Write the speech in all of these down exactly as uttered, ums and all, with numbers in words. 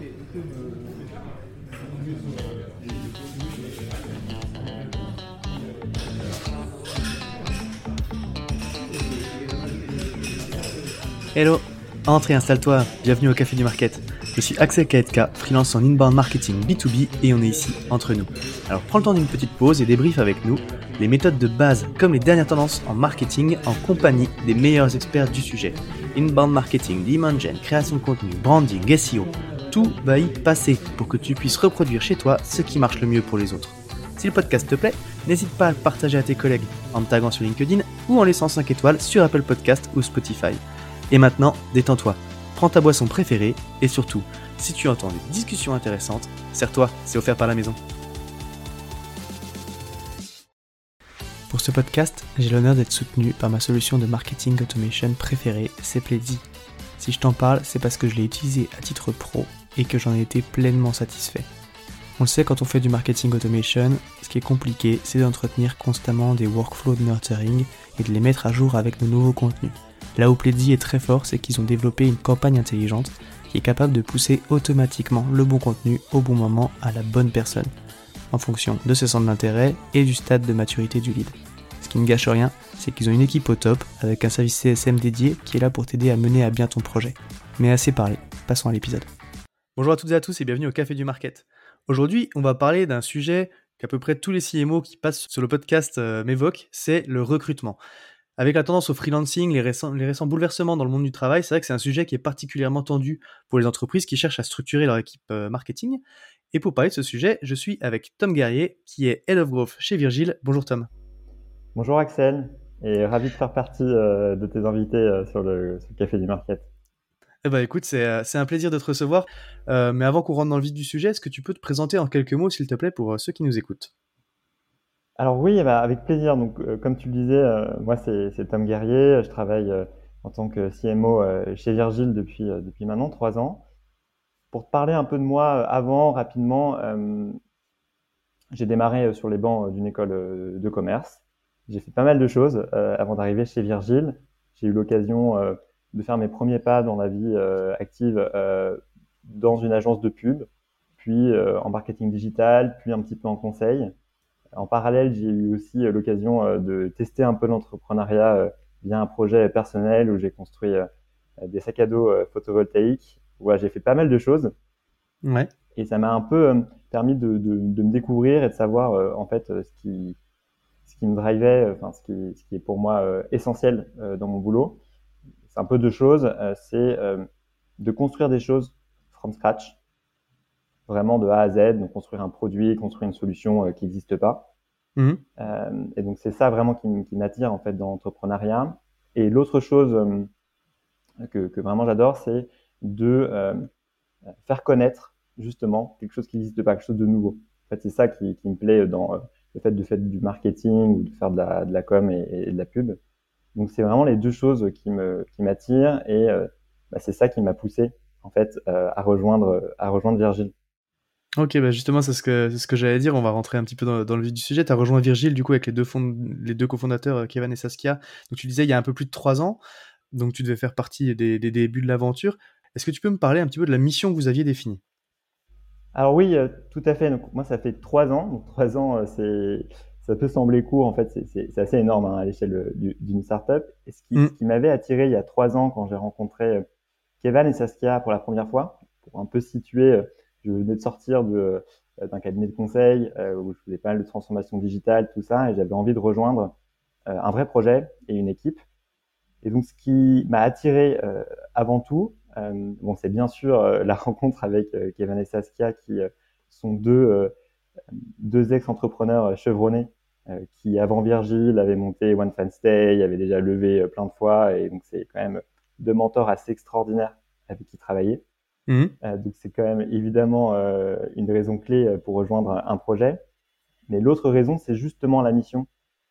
Hello, entre et installe-toi, bienvenue au Café du Market. Je suis Axel Kaetka, freelance en inbound marketing B deux B et on est ici, entre nous. Alors prends le temps d'une petite pause et débrief avec nous les méthodes de base comme les dernières tendances en marketing en compagnie des meilleurs experts du sujet. Inbound marketing, demand gen, création de contenu, branding, S E O, tout va y passer pour que tu puisses reproduire chez toi ce qui marche le mieux pour les autres. Si le podcast te plaît, n'hésite pas à le partager à tes collègues en me taguant sur LinkedIn ou en laissant cinq étoiles sur Apple Podcast ou Spotify. Et maintenant, détends-toi, prends ta boisson préférée et surtout, si tu entends des discussions intéressantes, serre-toi, c'est offert par la maison. Pour ce podcast, j'ai l'honneur d'être soutenu par ma solution de marketing automation préférée, Sepleady. Si je t'en parle, c'est parce que je l'ai utilisé à titre pro et que j'en ai été pleinement satisfait. On le sait, quand on fait du marketing automation, ce qui est compliqué, c'est d'entretenir constamment des workflows de nurturing et de les mettre à jour avec nos nouveaux contenus. Là où Pledzi est très fort, c'est qu'ils ont développé une campagne intelligente qui est capable de pousser automatiquement le bon contenu au bon moment à la bonne personne, en fonction de ses centres d'intérêt et du stade de maturité du lead. Ce qui ne gâche rien, c'est qu'ils ont une équipe au top, avec un service C S M dédié qui est là pour t'aider à mener à bien ton projet. Mais assez parlé, passons à l'épisode. Bonjour à toutes et à tous et bienvenue au Café du Market. Aujourd'hui, on va parler d'un sujet qu'à peu près tous les C M O qui passent sur le podcast euh, m'évoquent, c'est le recrutement. Avec la tendance au freelancing, les récents, les récents bouleversements dans le monde du travail, c'est vrai que c'est un sujet qui est particulièrement tendu pour les entreprises qui cherchent à structurer leur équipe euh, marketing. Et pour parler de ce sujet, je suis avec Tom Guerrier, qui est Head of Growth chez Virgile. Bonjour Tom. Bonjour Axel, et ravi de faire partie euh, de tes invités euh, sur, le, sur le Café du Market. Eh ben écoute, c'est, euh, c'est un plaisir de te recevoir. Euh, mais avant qu'on rentre dans le vif du sujet, est-ce que tu peux te présenter en quelques mots, s'il te plaît, pour euh, ceux qui nous écoutent ? Alors oui, bah, avec plaisir. Donc, euh, comme tu le disais, euh, moi c'est, c'est Tom Guerrier, je travaille euh, en tant que C M O euh, chez Virgile depuis, euh, depuis maintenant trois ans. Pour te parler un peu de moi euh, avant, rapidement, euh, j'ai démarré euh, sur les bancs euh, d'une école euh, de commerce. J'ai fait pas mal de choses euh, avant d'arriver chez Virgile. J'ai eu l'occasion euh, de faire mes premiers pas dans la vie euh, active euh, dans une agence de pub, puis euh, en marketing digital, puis un petit peu en conseil. En parallèle, j'ai eu aussi euh, l'occasion euh, de tester un peu l'entrepreneuriat euh, via un projet personnel où j'ai construit euh, des sacs à dos euh, photovoltaïques. Ouais, j'ai fait pas mal de choses. Ouais. Et ça m'a un peu euh, permis de, de, de me découvrir et de savoir euh, en fait euh, ce qui ce qui me drivait, euh, enfin ce qui ce qui est pour moi euh, essentiel euh, dans mon boulot. C'est un peu deux choses. Euh, c'est euh, de construire des choses from scratch, vraiment de A à Z, donc construire un produit, construire une solution euh, qui n'existe pas. Mhm. Euh, et donc c'est ça vraiment qui, m- qui m'attire en fait dans l'entrepreneuriat. Et l'autre chose euh, que, que vraiment j'adore, c'est de euh, faire connaître justement quelque chose qui n'existe pas, quelque chose de nouveau. En fait, c'est ça qui, qui me plaît dans euh, le fait de faire du marketing ou de faire de la, de la com et, et de la pub. Donc, c'est vraiment les deux choses qui me qui m'attirent et euh, bah, c'est ça qui m'a poussé en fait euh, à rejoindre à rejoindre Virgile. Ok, bah justement, c'est ce que, c'est ce que j'allais dire. On va rentrer un petit peu dans, dans le vif du sujet. Tu as rejoint Virgile, du coup, avec les deux, fond- les deux cofondateurs, euh, Kevin et Saskia. Donc, tu disais il y a un peu plus de trois ans. Donc, tu devais faire partie des, des débuts de l'aventure. Est-ce que tu peux me parler un petit peu de la mission que vous aviez définie ? Alors oui, euh, tout à fait. Donc, moi, ça fait trois ans. Donc, trois ans, euh, c'est ça peut sembler court. En fait, c'est c'est- c'est assez énorme hein, à l'échelle euh, du- d'une startup. Et ce qui, ce Mm. qui m'avait attiré il y a trois ans quand j'ai rencontré euh, Kevin et Saskia pour la première fois, pour un peu situer, euh, je venais de sortir de, euh, d'un cabinet de conseil euh, où je faisais pas mal de transformation digitale, tout ça, et j'avais envie de rejoindre euh, un vrai projet et une équipe. Et donc, ce qui m'a attiré euh, avant tout, euh, bon, c'est bien sûr euh, la rencontre avec euh, Kevin et Saskia, qui euh, sont deux, euh, deux ex-entrepreneurs chevronnés euh, qui, avant Virgile, avaient monté One Fan Stay, avaient déjà levé euh, plein de fois, et donc c'est quand même deux mentors assez extraordinaires avec qui travailler. Mhm. Euh, donc c'est quand même évidemment euh, une raison clé euh, pour rejoindre un projet. Mais l'autre raison, c'est justement la mission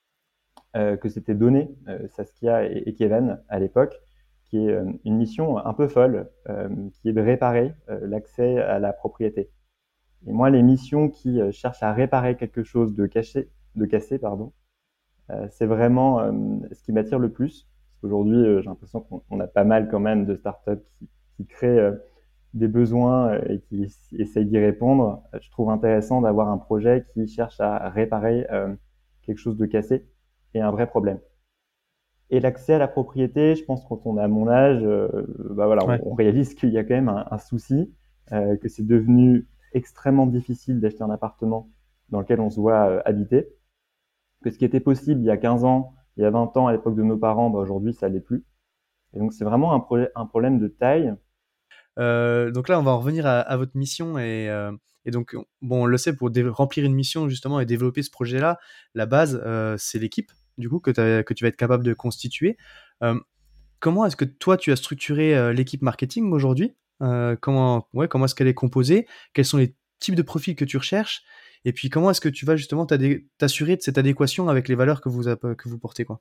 euh, que s'était donnée euh, Saskia et, et Kevin à l'époque, qui est euh, une mission un peu folle, euh, qui est de réparer euh, l'accès à la propriété. Et moi, les missions qui euh, cherchent à réparer quelque chose de caché, de cassé, pardon, euh, c'est vraiment euh, ce qui m'attire le plus. Parce qu'aujourd'hui, euh, j'ai l'impression qu'on on a pas mal quand même de startups qui, qui créent euh, des besoins euh, et qui s- essaye d'y répondre, euh, je trouve intéressant d'avoir un projet qui cherche à réparer euh, quelque chose de cassé et un vrai problème. Et l'accès à la propriété, je pense quand on est à mon âge, euh, bah voilà, Ouais. on, on réalise qu'il y a quand même un, un souci, euh, que c'est devenu extrêmement difficile d'acheter un appartement dans lequel on se voit euh, habiter, que ce qui était possible il y a quinze ans, il y a vingt ans à l'époque de nos parents, bah aujourd'hui ça l'est plus. Et donc c'est vraiment un, projet, un problème de taille. Euh, donc là, on va en revenir à, à votre mission et, euh, et donc bon, on le sait pour dé- remplir une mission justement et développer ce projet-là, la base euh, c'est l'équipe du coup que, t'as- que tu vas être capable de constituer. Euh, comment est-ce que toi tu as structuré euh, l'équipe marketing aujourd'hui? Euh, comment ouais, comment est-ce qu'elle est composée? Quels sont les types de profils que tu recherches? Et puis comment est-ce que tu vas justement t'adé- t'assurer de cette adéquation avec les valeurs que vous, app- que vous portez quoi?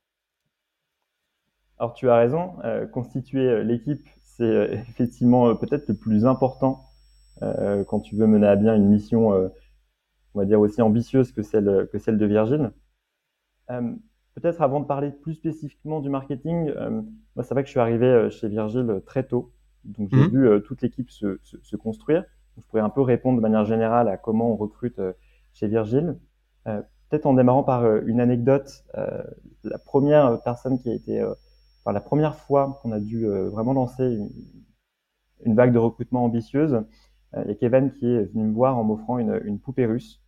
Alors tu as raison, euh, constituer euh, l'équipe, c'est euh, effectivement euh, peut-être le plus important euh, quand tu veux mener à bien une mission, euh, on va dire aussi ambitieuse que celle, que celle de Virgile. Euh, Peut-être avant de parler plus spécifiquement du marketing, euh, moi c'est vrai que je suis arrivé euh, chez Virgile euh, très tôt, donc j'ai Mhm. vu euh, toute l'équipe se, se, se construire. Donc, je pourrais un peu répondre de manière générale à comment on recrute euh, chez Virgile. Euh, Peut-être en démarrant par euh, une anecdote, euh, la première personne qui a été, euh, enfin la première fois qu'on a dû euh, vraiment lancer une, une vague de recrutement ambitieuse, euh, il y a Kevin qui est venu me voir en m'offrant une, une poupée russe.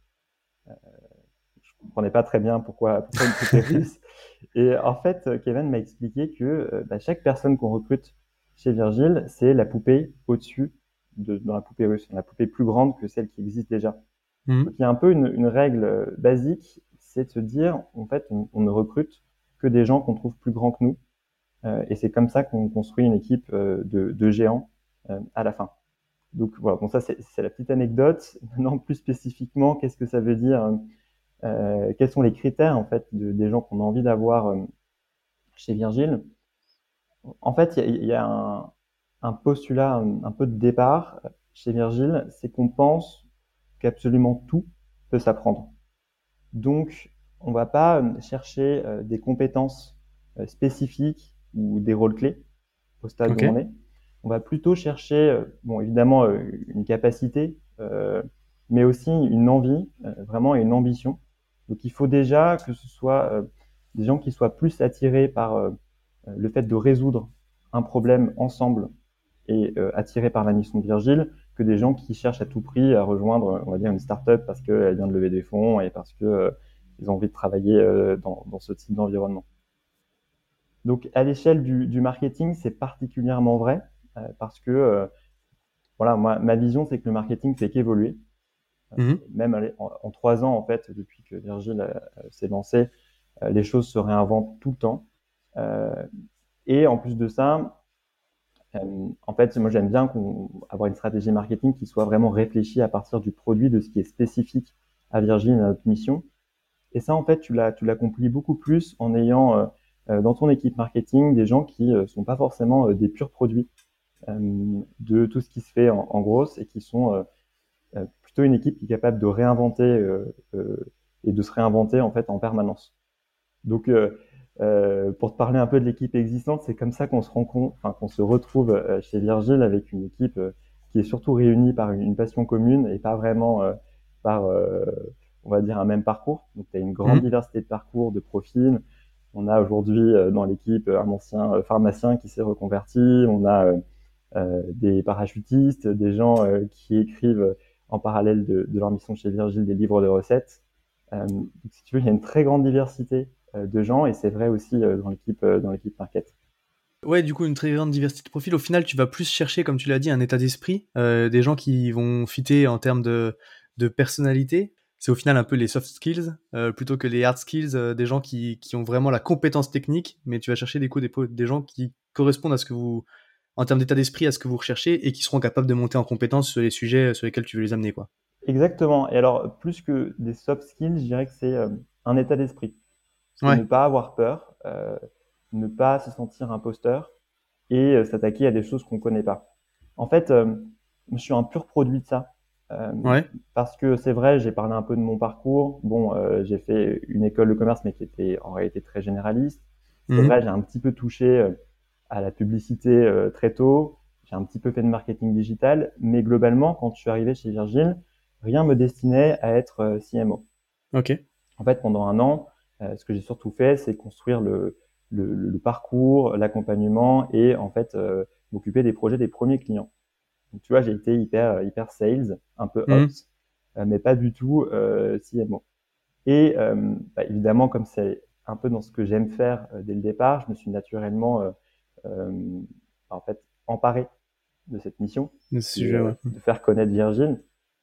Je comprenais pas très bien pourquoi, pourquoi une poupée russe. Et en fait, Kevin m'a expliqué que euh, bah, chaque personne qu'on recrute chez Virgile, c'est la poupée au-dessus de, dans la poupée russe, la poupée plus grande que celle qui existe déjà. Mhm. Donc il y a un peu une, une règle euh, basique, c'est de se dire, en fait, on, on ne recrute que des gens qu'on trouve plus grands que nous. Euh, et c'est comme ça qu'on construit une équipe euh, de, de géants euh, à la fin. Donc voilà, bon ça c'est c'est la petite anecdote. Maintenant plus spécifiquement, qu'est-ce que ça veut dire euh, quels sont les critères en fait de, des gens qu'on a envie d'avoir euh, chez Virgile? En fait, il y a, y a un, un, postulat un, un, peu de départ chez Virgile, c'est qu'on pense qu'absolument tout peut s'apprendre. Donc, on ne va pas chercher euh, des compétences euh, spécifiques ou des rôles clés au stade où Ok. on est. On va plutôt chercher, euh, bon, évidemment, euh, une capacité, euh, mais aussi une envie, euh, vraiment, et une ambition. Donc, il faut déjà que ce soit euh, des gens qui soient plus attirés par euh, le fait de résoudre un problème ensemble et euh, attirés par la mission de Virgile que des gens qui cherchent à tout prix à rejoindre, on va dire, une start-up parce qu'elle vient de lever des fonds et parce que euh, ils ont envie de travailler euh, dans, dans ce type d'environnement. Donc, à l'échelle du, du marketing, c'est particulièrement vrai euh, parce que, euh, voilà, moi, ma vision, c'est que le marketing fait qu'évoluer. Mhm. Même en, en trois ans, en fait, depuis que Virgile euh, s'est lancé, euh, les choses se réinventent tout le temps. Euh, et en plus de ça, euh, en fait, moi, j'aime bien qu'on, avoir une stratégie marketing qui soit vraiment réfléchie à partir du produit, de ce qui est spécifique à Virgile et à notre mission. Et ça, en fait, tu l'as, tu l'accomplis beaucoup plus en ayant euh, euh, dans ton équipe marketing des gens qui euh, sont pas forcément euh, des purs produits euh, de tout ce qui se fait en, en grosse et qui sont euh, euh, plutôt une équipe qui est capable de réinventer euh, euh, et de se réinventer en fait en permanence. Donc, euh, euh, pour te parler un peu de l'équipe existante, c'est comme ça qu'on se rend compte, enfin qu'on se retrouve euh, chez Virgile avec une équipe euh, qui est surtout réunie par une, une passion commune et pas vraiment euh, par, euh, on va dire, un même parcours. Donc, tu as une grande Mhm. diversité de parcours, de profils. On a aujourd'hui euh, dans l'équipe un ancien euh, pharmacien qui s'est reconverti. On a euh, euh, des parachutistes, des gens euh, qui écrivent en parallèle de, de leur mission chez Virgile des livres de recettes. Euh, donc, si tu veux, il y a une très grande diversité euh, de gens et c'est vrai aussi euh, dans l'équipe euh, dans l'équipe market. Ouais, du coup, une très grande diversité de profils. Au final, tu vas plus chercher, comme tu l'as dit, un état d'esprit, euh, des gens qui vont fitter en termes de, de personnalité. C'est au final un peu les soft skills, euh, plutôt que les hard skills, euh, des gens qui, qui ont vraiment la compétence technique, mais tu vas chercher des, coups, des, po- des gens qui correspondent à ce que vous, en termes d'état d'esprit, à ce que vous recherchez et qui seront capables de monter en compétence sur les sujets sur lesquels tu veux les amener, quoi. Exactement. Et alors, plus que des soft skills, je dirais que c'est euh, un état d'esprit. C'est Ouais. ne pas avoir peur, euh, ne pas se sentir imposteur et euh, s'attaquer à des choses qu'on ne connaît pas. En fait, euh, je suis un pur produit de ça. Euh, Ouais. Parce que c'est vrai, j'ai parlé un peu de mon parcours. Bon, euh, j'ai fait une école de commerce, mais qui était en réalité très généraliste. C'est Mhm. vrai, j'ai un petit peu touché euh, à la publicité euh, très tôt. j'ai un petit peu fait de marketing digital, mais globalement, quand je suis arrivé chez Virgile, rien me destinait à être euh, C M O. Ok. En fait, pendant un an, euh, ce que j'ai surtout fait, c'est construire le, le, le parcours, l'accompagnement et en fait euh, m'occuper des projets des premiers clients. Donc, tu vois, j'ai été hyper hyper sales, un peu Mhm. ops, euh, mais pas du tout euh, C M O. Et euh, bah, évidemment, comme c'est un peu dans ce que j'aime faire euh, dès le départ, je me suis naturellement euh, euh, en fait emparé de cette mission, De ce qui est sujet, euh, ouais. de faire connaître Virgile.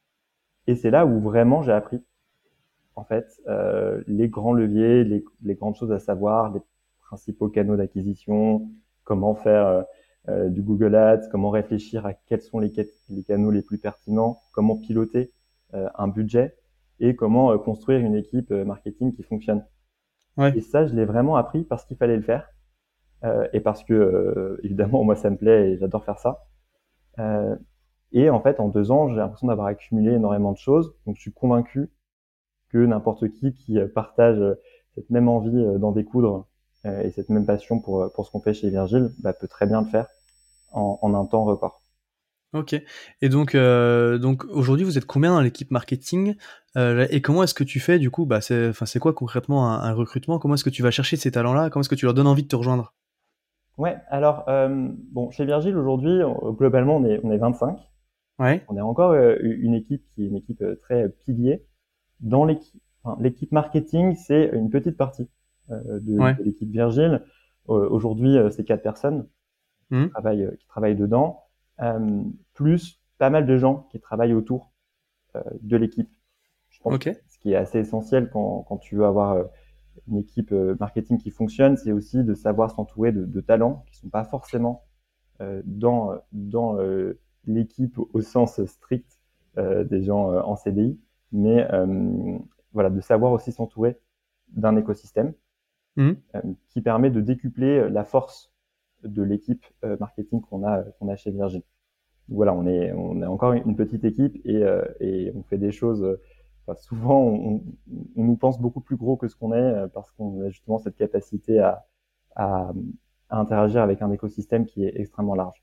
Et c'est là où vraiment j'ai appris en fait euh, les grands leviers, les, les grandes choses à savoir, les principaux canaux d'acquisition, comment faire euh, euh, du Google Ads, comment réfléchir à quels sont les, les canaux les plus pertinents, comment piloter euh, un budget et comment euh, construire une équipe euh, marketing qui fonctionne. Ouais. Et ça, je l'ai vraiment appris parce qu'il fallait le faire euh, et parce que euh, évidemment moi ça me plaît et j'adore faire ça. Euh, et en fait, en deux ans, j'ai l'impression d'avoir accumulé énormément de choses. Donc, je suis convaincu que n'importe qui qui euh, partage euh, cette même envie euh, d'en découdre euh, et cette même passion pour, euh, pour ce qu'on fait chez Virgile, bah, peut très bien le faire en, en un temps record. Ok. Et donc, euh, donc aujourd'hui, vous êtes combien dans l'équipe marketing euh, et comment est-ce que tu fais du coup bah, c'est, enfin, c'est quoi concrètement un, un recrutement? Comment est-ce que tu vas chercher ces talents-là? Comment est-ce que tu leur donnes envie de te rejoindre? Ouais, alors, euh, bon, chez Virgile, aujourd'hui, on- globalement, on est, on est vingt-cinq. Ouais. On est encore euh, une équipe qui est une équipe euh, très pilier. Dans l'équipe, enfin, l'équipe marketing, c'est une petite partie euh, de, Ouais. de l'équipe Virgile. Euh, aujourd'hui, euh, c'est quatre personnes qui Mhm. travaillent, qui travaillent dedans, euh, plus pas mal de gens qui travaillent autour euh, de l'équipe. Je pense Ok. que ce qui est assez essentiel quand, quand tu veux avoir euh, une équipe euh, marketing qui fonctionne, c'est aussi de savoir s'entourer de, de talents qui sont pas forcément euh, dans, dans euh, l'équipe au sens strict euh, des gens euh, en C D I, mais euh, voilà, de savoir aussi s'entourer d'un écosystème Mhm. euh, qui permet de décupler la force de l'équipe euh, marketing qu'on a, qu'on a chez Virgin. Voilà, on est, on est encore une petite équipe et, euh, et on fait des choses. Euh, enfin, souvent, on, on, nous pense beaucoup plus gros que ce qu'on est euh, parce qu'on a justement cette capacité à, à, à interagir avec un écosystème qui est extrêmement large.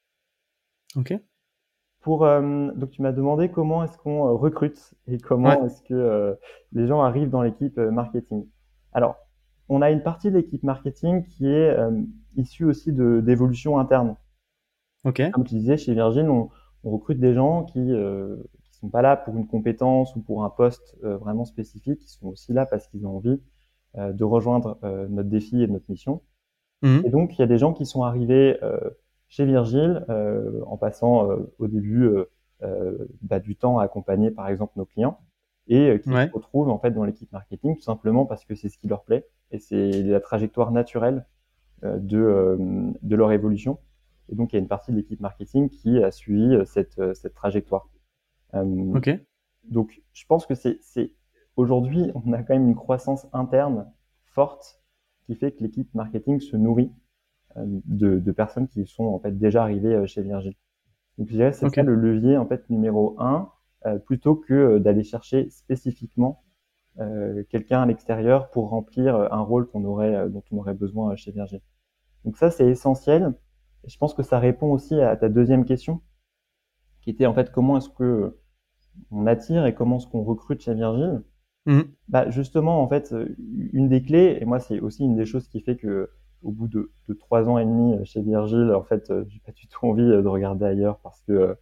Ok. Pour, euh, donc, tu m'as demandé comment est-ce qu'on euh, recrute et Ouais. comment est-ce que euh, les gens arrivent dans l'équipe euh, marketing. Alors, on a une partie de l'équipe marketing qui est euh, issue aussi de d'évolution interne. Ok. Comme tu disais, chez Virgin, on, on recrute des gens qui euh, qui sont pas là pour une compétence ou pour un poste euh, vraiment spécifique, qui sont aussi là parce qu'ils ont envie euh, de rejoindre euh, notre défi et notre mission. Et Mhm. donc, il y a des gens qui sont arrivés euh, chez Virgile euh, en passant euh, au début euh, euh, bah, du temps à accompagner, par exemple, nos clients et euh, qui se Ouais. retrouvent en fait dans l'équipe marketing tout simplement parce que c'est ce qui leur plaît et c'est la trajectoire naturelle euh, de, euh, de leur évolution. Et donc, il y a une partie de l'équipe marketing qui a suivi euh, cette, euh, cette trajectoire. Euh, Ok. donc, je pense que c'est, c'est aujourd'hui, on a quand même une croissance interne forte qui fait que l'équipe marketing se nourrit euh, de, de personnes qui sont en fait déjà arrivées euh, chez Virgin. Donc, je dirais que c'est Ok. ça le levier en fait numéro un, euh, plutôt que euh, d'aller chercher spécifiquement euh, quelqu'un à l'extérieur pour remplir euh, un rôle qu'on aurait, euh, dont on aurait besoin euh, chez Virgin. Donc ça, c'est essentiel. Et je pense que ça répond aussi à ta deuxième question, qui était en fait comment est-ce que on attire et comment est-ce qu'on recrute chez Virgile. Mhm. Bah justement, en fait, une des clés, et moi c'est aussi une des choses qui fait que au bout de, de trois ans et demi chez Virgile, en fait, euh, j'ai pas du tout envie de regarder ailleurs parce que euh,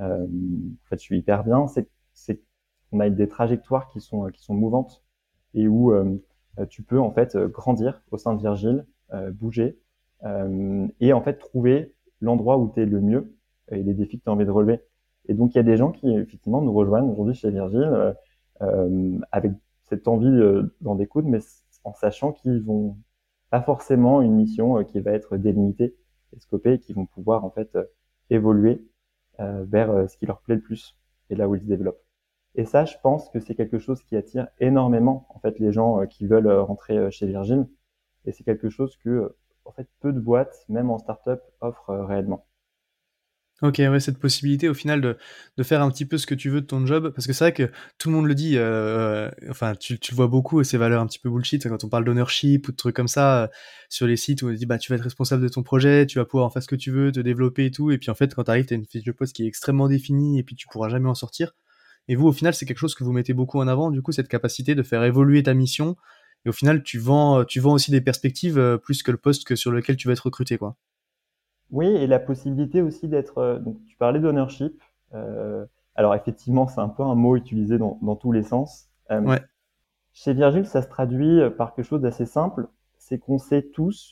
en fait, je suis hyper bien. C'est c'est qu'on a des trajectoires qui sont qui sont mouvantes et où euh, tu peux en fait grandir au sein de Virgile, euh, bouger euh, et en fait trouver l'endroit où tu es le mieux et les défis que tu as envie de relever. Et donc il y a des gens qui effectivement nous rejoignent aujourd'hui chez Virgile euh, euh, avec cette envie euh, d'en découdre, mais en sachant qu'ils vont pas forcément une mission euh, qui va être délimitée et scopée, et qui vont pouvoir en fait euh, évoluer euh, vers euh, ce qui leur plaît le plus et là où ils se développent. Et ça, je pense que c'est quelque chose qui attire énormément en fait les gens euh, qui veulent euh, rentrer euh, chez Virgin. Et c'est quelque chose que euh, en fait peu de boîtes, même en startup, offrent euh, réellement. Ok, ouais, cette possibilité au final de, de faire un petit peu ce que tu veux de ton job, parce que c'est vrai que tout le monde le dit, euh, enfin tu, tu le vois beaucoup, ces valeurs un petit peu bullshit, quand on parle d'ownership ou de trucs comme ça, euh, sur les sites où on dit bah tu vas être responsable de ton projet, tu vas pouvoir en faire ce que tu veux, te développer et tout, et puis en fait quand t'arrives t'as une fiche de poste qui est extrêmement définie et puis tu pourras jamais en sortir. Et vous au final c'est quelque chose que vous mettez beaucoup en avant, du coup cette capacité de faire évoluer ta mission, et au final tu vends, tu vends aussi des perspectives euh, plus que le poste que sur lequel tu vas être recruté quoi. Oui, et la possibilité aussi d'être. euh, Donc, tu parlais d'ownership. Euh, alors, effectivement, c'est un peu un mot utilisé dans, dans tous les sens. Euh, Ouais. chez Virgile, ça se traduit euh, par quelque chose d'assez simple. C'est qu'on sait tous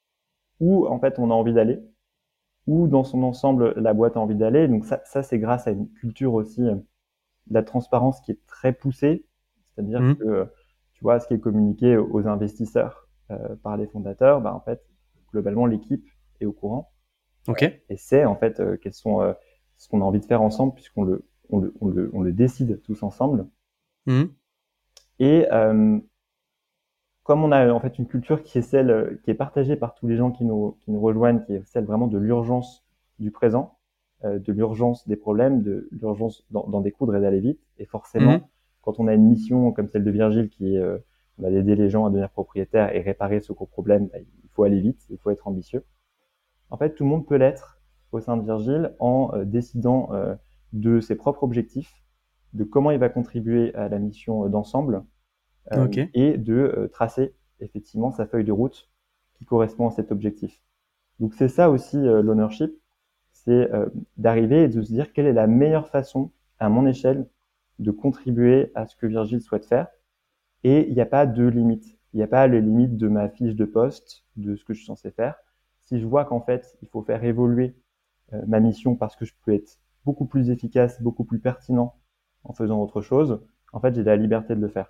où, en fait, on a envie d'aller, où, dans son ensemble, la boîte a envie d'aller. Donc, ça, ça c'est grâce à une culture aussi euh, de la transparence qui est très poussée. C'est-à-dire que, Mhm. euh, tu vois, ce qui est communiqué aux investisseurs euh, par les fondateurs, bah, en fait, globalement, l'équipe est au courant Ok. et sait en fait euh, quels sont euh, ce qu'on a envie de faire ensemble puisqu'on le on le, on le, on le décide tous ensemble. Mhm. Et euh, comme on a en fait une culture qui est celle euh, qui est partagée par tous les gens qui nous, qui nous rejoignent, qui est celle vraiment de l'urgence du présent, euh, de l'urgence des problèmes, de l'urgence d'en, d'en découdre et d'aller vite. Et Mhm. forcément, quand on a une mission comme celle de Virgile qui est euh, on va aider les gens à devenir propriétaires et réparer ce gros problème, bah, il faut aller vite, il faut être ambitieux. En fait, tout le monde peut l'être au sein de Virgile en euh, décidant euh, de ses propres objectifs, de comment il va contribuer à la mission euh, d'ensemble euh, Ok. et de euh, tracer effectivement sa feuille de route qui correspond à cet objectif. Donc c'est ça aussi euh, l'ownership, c'est euh, d'arriver et de se dire quelle est la meilleure façon à mon échelle de contribuer à ce que Virgile souhaite faire. Et il n'y a pas de limite. Il n'y a pas les limites de ma fiche de poste, de ce que je suis censé faire. Si je vois qu'en fait, il faut faire évoluer euh, ma mission parce que je peux être beaucoup plus efficace, beaucoup plus pertinent en faisant autre chose, en fait, j'ai la liberté de le faire.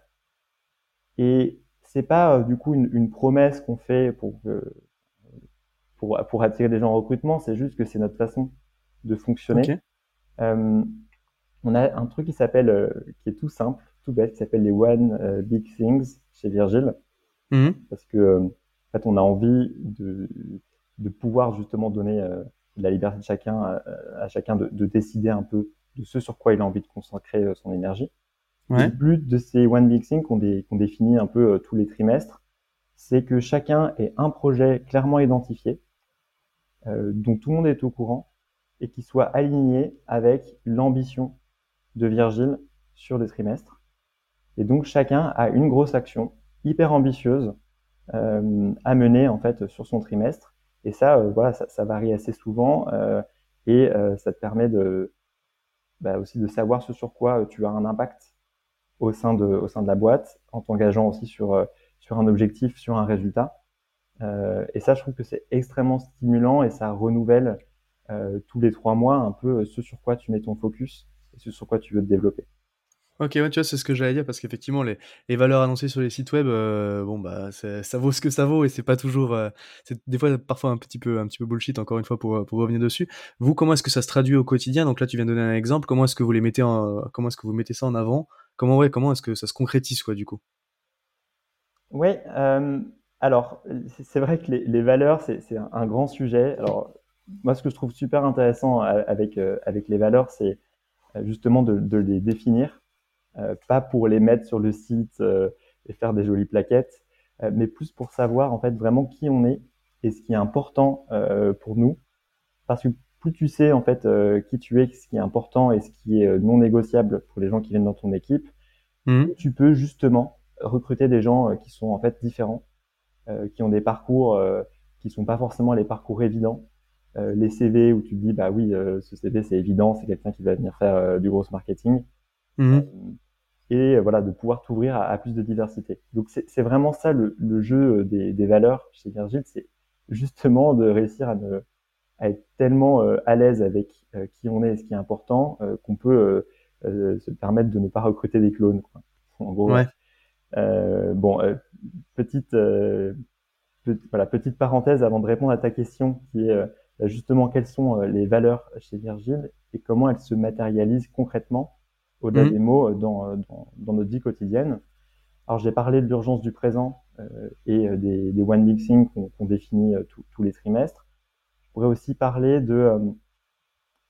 Et c'est pas euh, du coup une, une promesse qu'on fait pour, que, pour pour attirer des gens en recrutement, c'est juste que c'est notre façon de Ok. fonctionner. Euh, on a un truc qui s'appelle, euh, qui est tout simple, tout bête, qui s'appelle les One euh, Big Things chez Virgile. Mhm. Parce que euh, en fait, on a envie de, de pouvoir justement donner euh, de la liberté de chacun à, à chacun de, de décider un peu de ce sur quoi il a envie de concentrer euh, son énergie. Et le Ouais. but de ces One Big Thing qu'on dé, qu'on définit un peu euh, tous les trimestres, c'est que chacun ait un projet clairement identifié, euh, dont tout le monde est au courant, et qui soit aligné avec l'ambition de Virgile sur le trimestre. Et donc chacun a une grosse action hyper ambitieuse euh, à mener en fait sur son trimestre. Et ça, euh, voilà, ça, ça varie assez souvent euh, et euh, ça te permet de bah, aussi de savoir ce sur quoi tu as un impact au sein de au sein de la boîte, en t'engageant aussi sur euh, sur un objectif, sur un résultat. Euh, et ça, je trouve que c'est extrêmement stimulant et ça renouvelle euh, tous les trois mois un peu ce sur quoi tu mets ton focus et ce sur quoi tu veux te développer. Ok, ouais, tu vois, c'est ce que j'allais dire parce qu'effectivement, les, les valeurs annoncées sur les sites web, euh, bon, bah, c'est- ça vaut ce que ça vaut et c'est pas toujours, euh, c'est des fois parfois un petit peu, un petit peu bullshit, encore une fois, pour, pour revenir dessus. Vous, comment est-ce que ça se traduit au quotidien? Donc là, tu viens de donner un exemple. Comment est-ce que vous les mettez en, comment est-ce que vous mettez ça en avant? Comment, ouais, comment est-ce que ça se concrétise, quoi, du coup? Oui, euh, alors c'est c'est vrai que les, les valeurs, c'est c'est un, un grand sujet. Alors moi, ce que je trouve super intéressant a- avec, euh, avec les valeurs, c'est euh, justement de, de les définir, euh, pas pour les mettre sur le site euh, et faire des jolies plaquettes, euh, mais plus pour savoir en fait vraiment qui on est et ce qui est important euh, pour nous. Parce que plus tu sais en fait euh, qui tu es, ce qui est important et ce qui est euh, non négociable pour les gens qui viennent dans ton équipe, plus Mhm. tu peux justement recruter des gens euh, qui sont en fait différents, euh, qui ont des parcours euh, qui sont pas forcément les parcours évidents. Euh, les C V où tu te dis bah oui, euh, ce C V c'est évident, c'est quelqu'un qui va venir faire euh, du gros marketing. Mhm. Et euh, voilà, de pouvoir t'ouvrir à, à plus de diversité. Donc c'est c'est vraiment ça le, le jeu des, des valeurs chez Virgile, c'est justement de réussir à, ne, à être tellement euh, à l'aise avec euh, qui on est et ce qui est important euh, qu'on peut euh, euh, se permettre de ne pas recruter des clones, quoi. En gros, Ouais. euh, bon, euh, petite, euh, pe- voilà, petite parenthèse avant de répondre à ta question qui est euh, justement quelles sont euh, les valeurs chez Virgile et comment elles se matérialisent concrètement au-delà des Mhm. mots euh, dans, euh, dans, dans notre vie quotidienne. Alors j'ai parlé de l'urgence du présent euh, et euh, des, des one big thing qu'on qu'on définit euh, tous tous les trimestres. Je pourrais aussi parler de euh,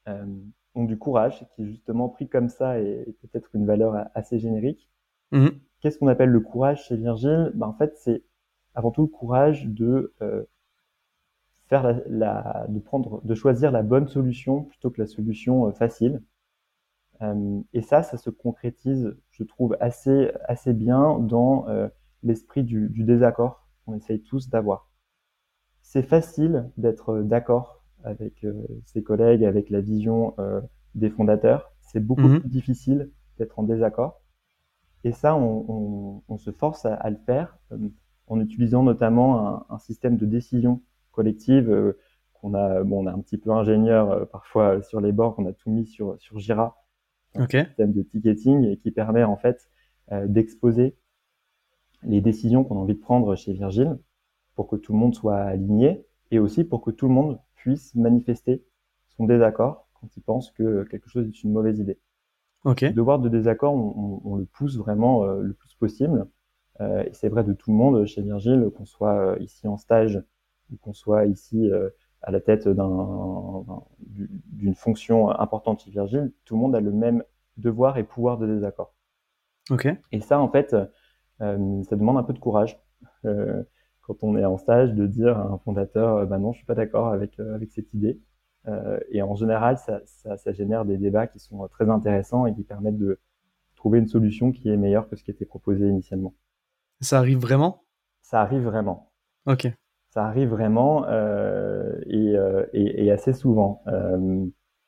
euh, ont du courage, qui justement pris comme ça est peut-être une valeur assez générique. Mhm. Qu'est-ce qu'on appelle le courage chez Virgile? Ben, en fait, c'est avant tout le courage de euh, faire la, la, de prendre, de choisir la bonne solution plutôt que la solution euh, facile. Euh, et ça, ça se concrétise, je trouve, assez, assez bien dans euh, l'esprit du, du désaccord qu'on essaye tous d'avoir. C'est facile d'être d'accord avec euh, ses collègues, avec la vision euh, des fondateurs. C'est beaucoup Mhm. plus difficile d'être en désaccord. Et ça, on, on, on se force à, à le faire euh, en utilisant notamment un, un système de décision collective euh, qu'on a, bon, on a un petit peu ingénieur euh, parfois sur les bords, qu'on a tout mis sur, sur Jira, un Ok. système de ticketing et qui permet en fait euh, d'exposer les décisions qu'on a envie de prendre chez Virgile pour que tout le monde soit aligné et aussi pour que tout le monde puisse manifester son désaccord quand il pense que quelque chose est une mauvaise idée. Ok. Le devoir de désaccord, on, on, on le pousse vraiment euh, le plus possible. Euh, et c'est vrai de tout le monde chez Virgile, qu'on soit euh, ici en stage ou qu'on soit ici euh, à la tête d'un, d'une fonction importante chez Virgile, tout le monde a le même devoir et pouvoir de désaccord. Ok. Et ça, en fait, euh, ça demande un peu de courage. Euh, quand on est en stage, de dire à un fondateur, euh, bah non, je suis pas d'accord avec euh, avec cette idée. Euh, et en général, ça, ça, ça génère des débats qui sont très intéressants et qui permettent de trouver une solution qui est meilleure que ce qui était proposé initialement. Ça arrive vraiment? Ça arrive vraiment. Ok. Ça arrive vraiment euh, et, euh, et, et assez souvent. Euh,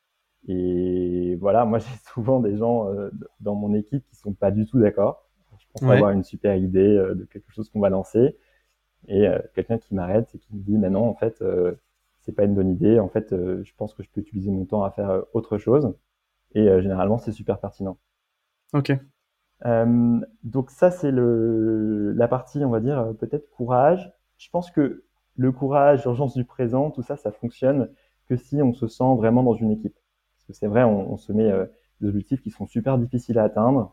et voilà, moi j'ai souvent des gens euh, dans mon équipe qui sont pas du tout d'accord. Je pense avoir Ouais. une super idée euh, de quelque chose qu'on va lancer et euh, quelqu'un qui m'arrête et qui me dit mais non en fait euh, c'est pas une bonne idée. En fait euh, je pense que je peux utiliser mon temps à faire euh, autre chose et euh, généralement c'est super pertinent. Ok. Euh, donc ça, c'est le, la partie, on va dire, euh, peut-être courage. Je pense que le courage, l'urgence du présent, tout ça, ça fonctionne que si on se sent vraiment dans une équipe. Parce que c'est vrai, on, on se met euh, des objectifs qui sont super difficiles à atteindre.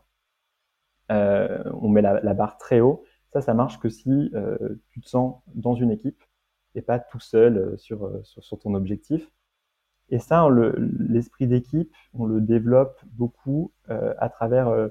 Euh, on met la, la barre très haut. Ça, ça marche que si euh, tu te sens dans une équipe et pas tout seul euh, sur, euh, sur, sur ton objectif. Et ça, on le, l'esprit d'équipe, on le développe beaucoup euh, à travers euh,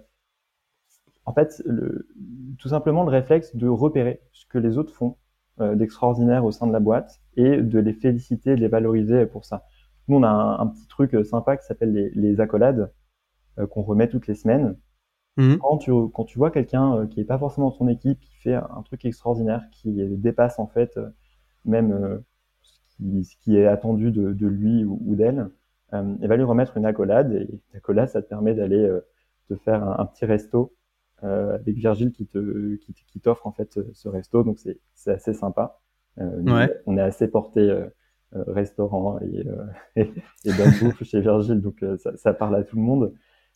en fait, le, tout simplement le réflexe de repérer ce que les autres font euh, d'extraordinaire au sein de la boîte et de les féliciter, de les valoriser pour ça. Nous, on a un, un petit truc sympa qui s'appelle les, les accolades euh, qu'on remet toutes les semaines. Mhm. Quand tu, quand tu vois quelqu'un euh, qui est pas forcément dans ton équipe, qui fait un truc extraordinaire, qui dépasse en fait euh, même euh, ce, qui, ce qui est attendu de, de lui ou, ou d'elle, euh, et va lui remettre une accolade. Et l'accolade, ça te permet d'aller euh, te faire un, un petit resto euh, avec Virgile qui te qui, qui t'offre en fait ce resto. Donc c'est c'est assez sympa. Euh, nous, Ouais. on est assez porté euh, euh, restaurant et, euh, et, et bonne bouffe chez Virgile, donc euh, ça, ça parle à tout le monde.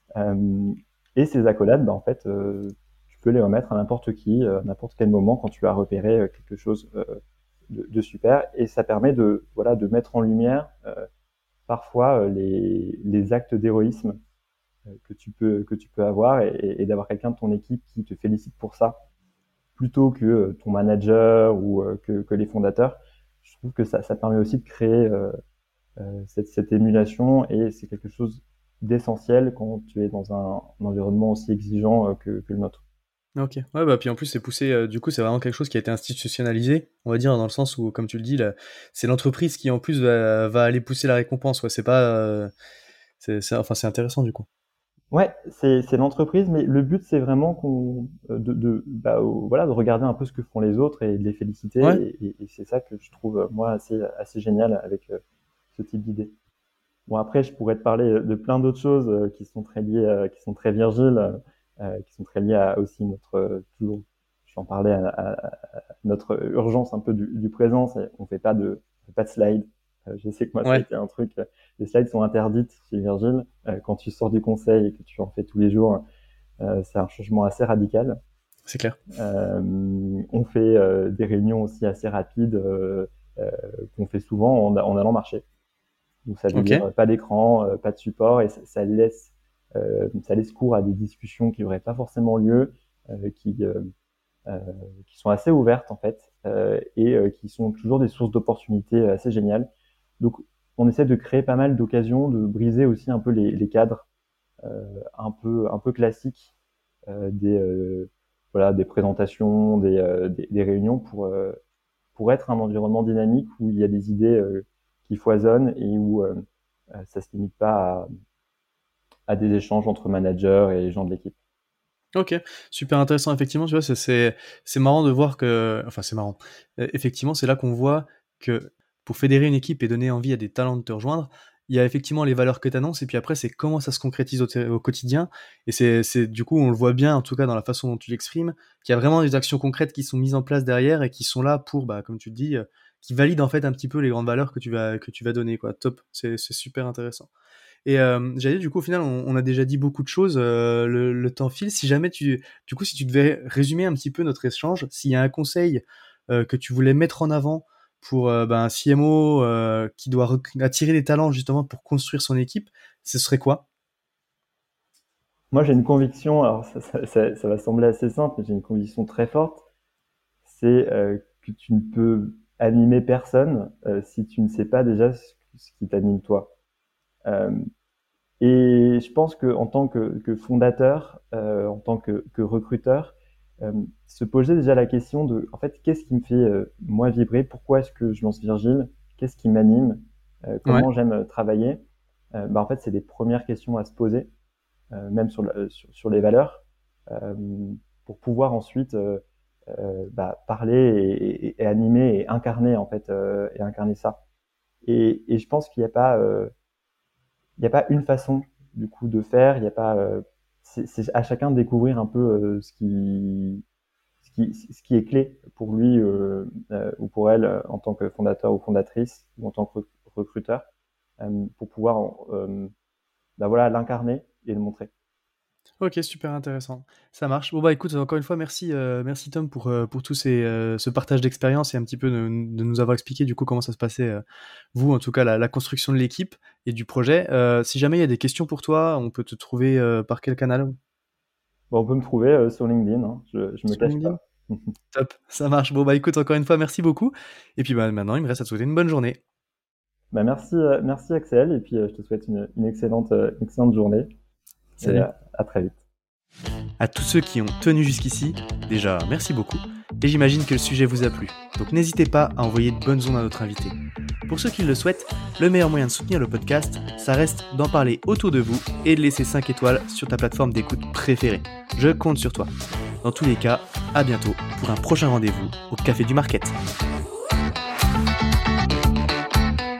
Euh, et ces accolades, bah, en fait, euh, tu peux les remettre à n'importe qui, euh, à n'importe quel moment quand tu as repéré euh, quelque chose euh, de, de super. Et ça permet de, voilà, de mettre en lumière euh, parfois euh, les, les actes d'héroïsme euh, que tu peux que tu peux avoir et, et d'avoir quelqu'un de ton équipe qui te félicite pour ça, plutôt que euh, ton manager ou euh, que, que les fondateurs. Je trouve que ça, ça permet aussi de créer euh, euh, cette, cette émulation et c'est quelque chose d'essentiel quand tu es dans un, un environnement aussi exigeant euh, que, que le nôtre. Ok. Ouais, bah, puis en plus, c'est poussé, euh, du coup, c'est vraiment quelque chose qui a été institutionnalisé, on va dire, dans le sens où, comme tu le dis, là, c'est l'entreprise qui, en plus, va, va aller pousser la récompense, ouais. C'est pas, euh, c'est, c'est- enfin, c'est intéressant, du coup. Ouais, c'est c'est l'entreprise, mais le but c'est vraiment qu'on euh, de, de bah, euh, voilà de regarder un peu ce que font les autres et de les féliciter Ouais. et, et, et c'est ça que je trouve euh, moi assez assez génial avec euh, ce type d'idée. Bon après je pourrais te parler de plein d'autres choses euh, qui sont très liées euh, qui sont très virgiles euh, qui sont très liées à aussi notre euh, toujours j'en parlais à, à- à notre urgence un peu du, du présent, c'est on fait pas de on fait pas de slides. Euh, je sais que moi ça a Ouais. été un truc euh, les slides sont interdites chez Virgile. Euh, quand tu sors du conseil et que tu en fais tous les jours, euh, c'est un changement assez radical. C'est clair. Euh, on fait euh, des réunions aussi assez rapides euh, euh, qu'on fait souvent en, en allant marcher. Donc ça veut Ok. dire euh, pas d'écran, euh, pas de support et ça, ça laisse euh, ça laisse cours à des discussions qui n'auraient pas forcément lieu, euh, qui euh, euh, qui sont assez ouvertes en fait euh, et euh, qui sont toujours des sources d'opportunités assez géniales. Donc on essaie de créer pas mal d'occasions, de briser aussi un peu les, les cadres euh, un peu un peu classiques euh, des euh, voilà des présentations, des, euh, des, des réunions pour euh, pour être un environnement dynamique où il y a des idées euh, qui foisonnent et où euh, ça se limite pas à, à des échanges entre managers et gens de l'équipe. Ok, super intéressant. Effectivement, tu vois, c'est, c'est, c'est marrant de voir que, enfin, c'est marrant. Euh, effectivement, c'est là qu'on voit que pour fédérer une équipe et donner envie à des talents de te rejoindre, il y a effectivement les valeurs que tu annonces, et puis après, c'est comment ça se concrétise au, t- au quotidien. Et c'est, c'est, du coup, on le voit bien, en tout cas, dans la façon dont tu l'exprimes, qu'il y a vraiment des actions concrètes qui sont mises en place derrière et qui sont là pour, bah, comme tu le dis, euh, qui valident en fait un petit peu les grandes valeurs que tu vas, que tu vas donner, quoi. Top. C'est, c'est super intéressant. Et euh, j'allais dire, du coup, au final, on, on a déjà dit beaucoup de choses. Euh, le, le temps file. Si jamais tu, du coup, si tu devais résumer un petit peu notre échange, s'il y a un conseil euh, que tu voulais mettre en avant pour euh, ben, un C M O euh, qui doit rec- attirer des talents justement pour construire son équipe, ce serait quoi? Moi, j'ai une conviction, alors ça, ça, ça, ça va sembler assez simple, mais j'ai une conviction très forte, c'est euh, que tu ne peux animer personne euh, si tu ne sais pas déjà ce, ce qui t'anime toi. Euh, et je pense que en tant que, que fondateur, euh, en tant que, que recruteur, euh, se poser déjà la question de, en fait, qu'est-ce qui me fait euh, moi vibrer? Pourquoi est-ce que je lance Virgile? Qu'est-ce qui m'anime? Euh, Ouais. comment j'aime travailler? Euh, bah, en fait, c'est des premières questions à se poser, euh, même sur, la- sur, sur les valeurs, euh, pour pouvoir ensuite euh, euh, bah, parler et, et, et animer et incarner en fait euh, et incarner ça. Et, et je pense qu'il n'y a pas euh, il n'y a pas une façon du coup de faire. Il n'y a pas euh, c'est, c'est à chacun de découvrir un peu euh, ce qui ce qui ce qui est clé pour lui euh, euh, ou pour elle euh, en tant que fondateur ou fondatrice ou en tant que recruteur euh, pour pouvoir euh, bah voilà l'incarner et le montrer. Ok, super intéressant. Ça marche. Bon bah écoute, encore une fois, merci, euh, merci Tom pour euh, pour tout ces, euh, ce partage d'expérience et un petit peu de, de nous avoir expliqué du coup comment ça se passait, euh, vous en tout cas la, la construction de l'équipe et du projet. Euh, si jamais il y a des questions pour toi, on peut te trouver euh, par quel canal? Bon, on peut me trouver euh, sur LinkedIn, hein, je, je me Sur cache LinkedIn? pas. Top, ça marche. Bon bah écoute, encore une fois, merci beaucoup. Et puis bah maintenant, il me reste à te souhaiter une bonne journée. Bah merci, euh, merci Axel, et puis euh, je te souhaite une, une excellente, euh, une excellente journée, et Salut. euh, à très vite. À tous ceux qui ont tenu jusqu'ici, déjà merci beaucoup, et j'imagine que le sujet vous a plu, donc n'hésitez pas à envoyer de bonnes ondes à notre invité. Pour ceux qui le souhaitent, le meilleur moyen de soutenir le podcast, ça reste d'en parler autour de vous et de laisser cinq étoiles sur ta plateforme d'écoute préférée. Je compte sur toi. Dans tous les cas, à bientôt pour un prochain rendez-vous au Café du Market.